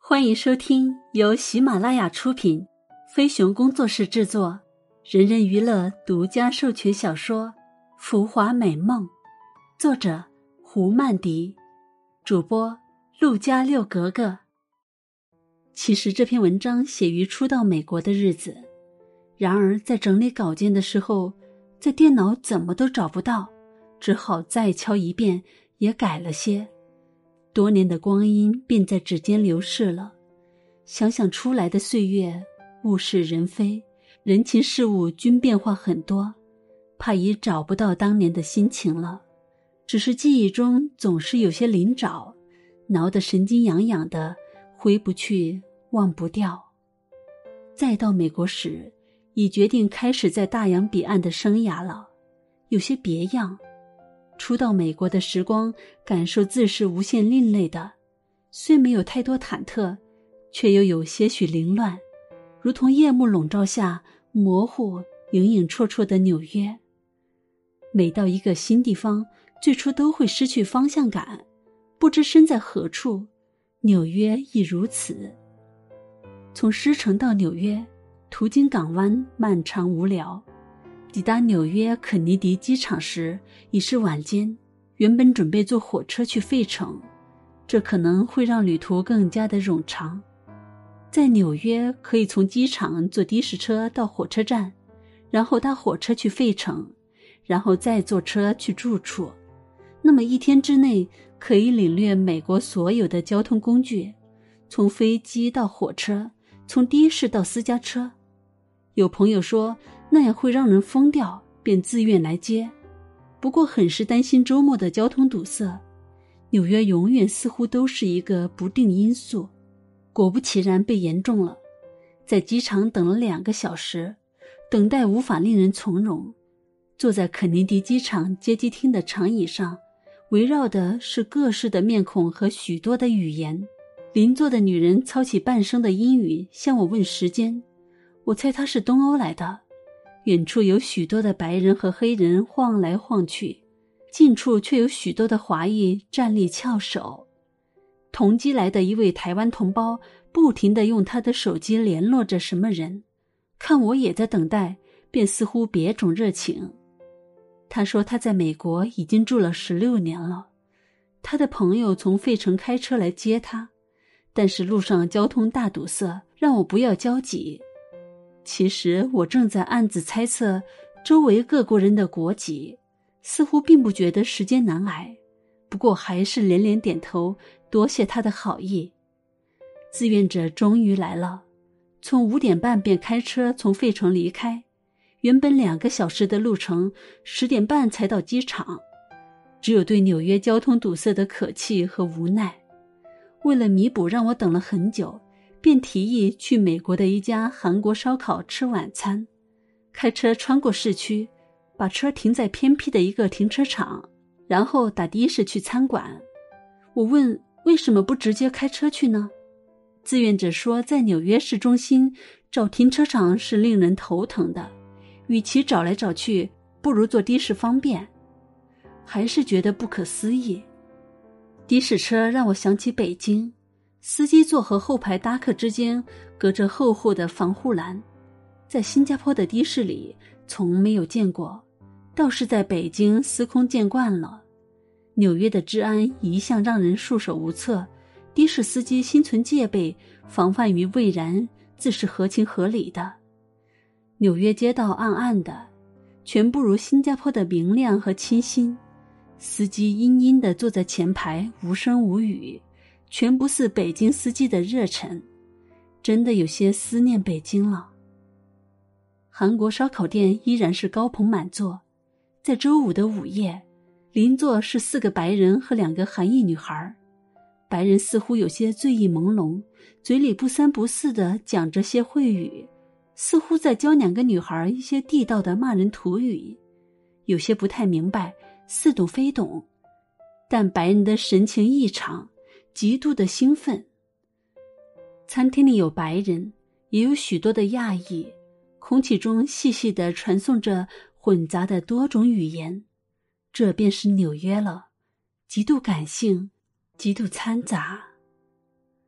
欢迎收听由喜马拉雅出品，飞熊工作室制作，人人娱乐独家授权小说《浮华美梦》，作者胡曼迪，主播陆家六格格。其实这篇文章写于初到美国的日子，然而在整理稿件的时候，在电脑怎么都找不到，只好再敲一遍，也改了些。多年的光阴便在指尖流逝了，想想出来的岁月，物是人非，人情事物均变化很多，怕已找不到当年的心情了。只是记忆中总是有些临找，挠得神经痒痒的，挥不去，忘不掉。再到美国时，已决定开始在大洋彼岸的生涯了，有些别样。初到美国的时光，感受自是无限另类的，虽没有太多忐忑，却又有些许凌乱，如同夜幕笼罩下模糊影影绰绰的纽约。每到一个新地方，最初都会失去方向感，不知身在何处，纽约亦如此。从狮城到纽约，途经港湾，漫长无聊。抵达纽约肯尼迪机场时已是晚间，原本准备坐火车去费城，这可能会让旅途更加的冗长。在纽约可以从机场坐的士车到火车站，然后搭火车去费城，然后再坐车去住处。那么一天之内可以领略美国所有的交通工具，从飞机到火车，从的士到私家车。有朋友说那样会让人疯掉，便自愿来接。不过很是担心周末的交通堵塞，纽约永远似乎都是一个不定因素。果不其然被严重了，在机场等了2个小时，等待无法令人从容。坐在肯尼迪机场接机厅的长椅上，围绕的是各式的面孔和许多的语言。邻座的女人操起半声的英语向我问时间，我猜她是东欧来的。远处有许多的白人和黑人晃来晃去，近处却有许多的华裔站立翘首。同机来的一位台湾同胞不停地用他的手机联络着什么人，看我也在等待，便似乎别种热情。他说他在美国已经住了16年了，他的朋友从费城开车来接他，但是路上交通大堵塞，让我不要焦急。其实我正在暗自猜测周围各国人的国籍，似乎并不觉得时间难挨，不过还是连连点头，多谢他的好意。志愿者终于来了，从5点半便开车从费城离开，原本2个小时的路程，10点半才到机场，只有对纽约交通堵塞的可气和无奈。为了弥补让我等了很久，便提议去美国的一家韩国烧烤吃晚餐，开车穿过市区，把车停在偏僻的一个停车场，然后打的士去餐馆。我问为什么不直接开车去呢？志愿者说在纽约市中心找停车场是令人头疼的，与其找来找去，不如坐的士方便。还是觉得不可思议。的士车让我想起北京，司机座和后排搭客之间隔着厚厚的防护栏，在新加坡的的士里从没有见过，倒是在北京司空见惯了。纽约的治安一向让人束手无策，的士司机心存戒备，防范于未然，自是合情合理的。纽约街道暗暗的，全不如新加坡的明亮和清新，司机阴阴地坐在前排，无声无语，全不似北京司机的热忱，真的有些思念北京了。韩国烧烤店依然是高朋满座，在周五的午夜，邻座是4个白人和2个韩裔女孩。白人似乎有些醉意朦胧，嘴里不三不四地讲着些秽语，似乎在教2个女孩一些地道的骂人土语，有些不太明白，似懂非懂，但白人的神情异常，极度的兴奋。餐厅里有白人，也有许多的亚裔，空气中细细地传送着混杂的多种语言。这便是纽约了，极度感性，极度掺杂。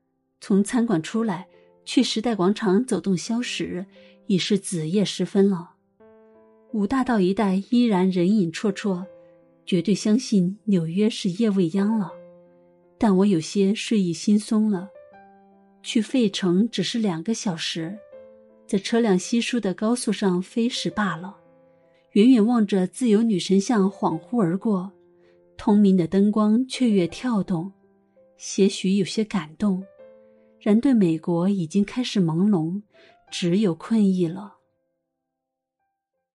从餐馆出来，去时代广场走动消食，已是子夜时分了。五大道一带依然人影绰绰，绝对相信纽约是夜未央了。但我有些睡意惺忪了。去费城只是2个小时，在车辆稀疏的高速上飞驶罢了。远远望着自由女神像恍惚而过，通明的灯光雀跃跳动，些许有些感动，然对美国已经开始朦胧，只有困意了。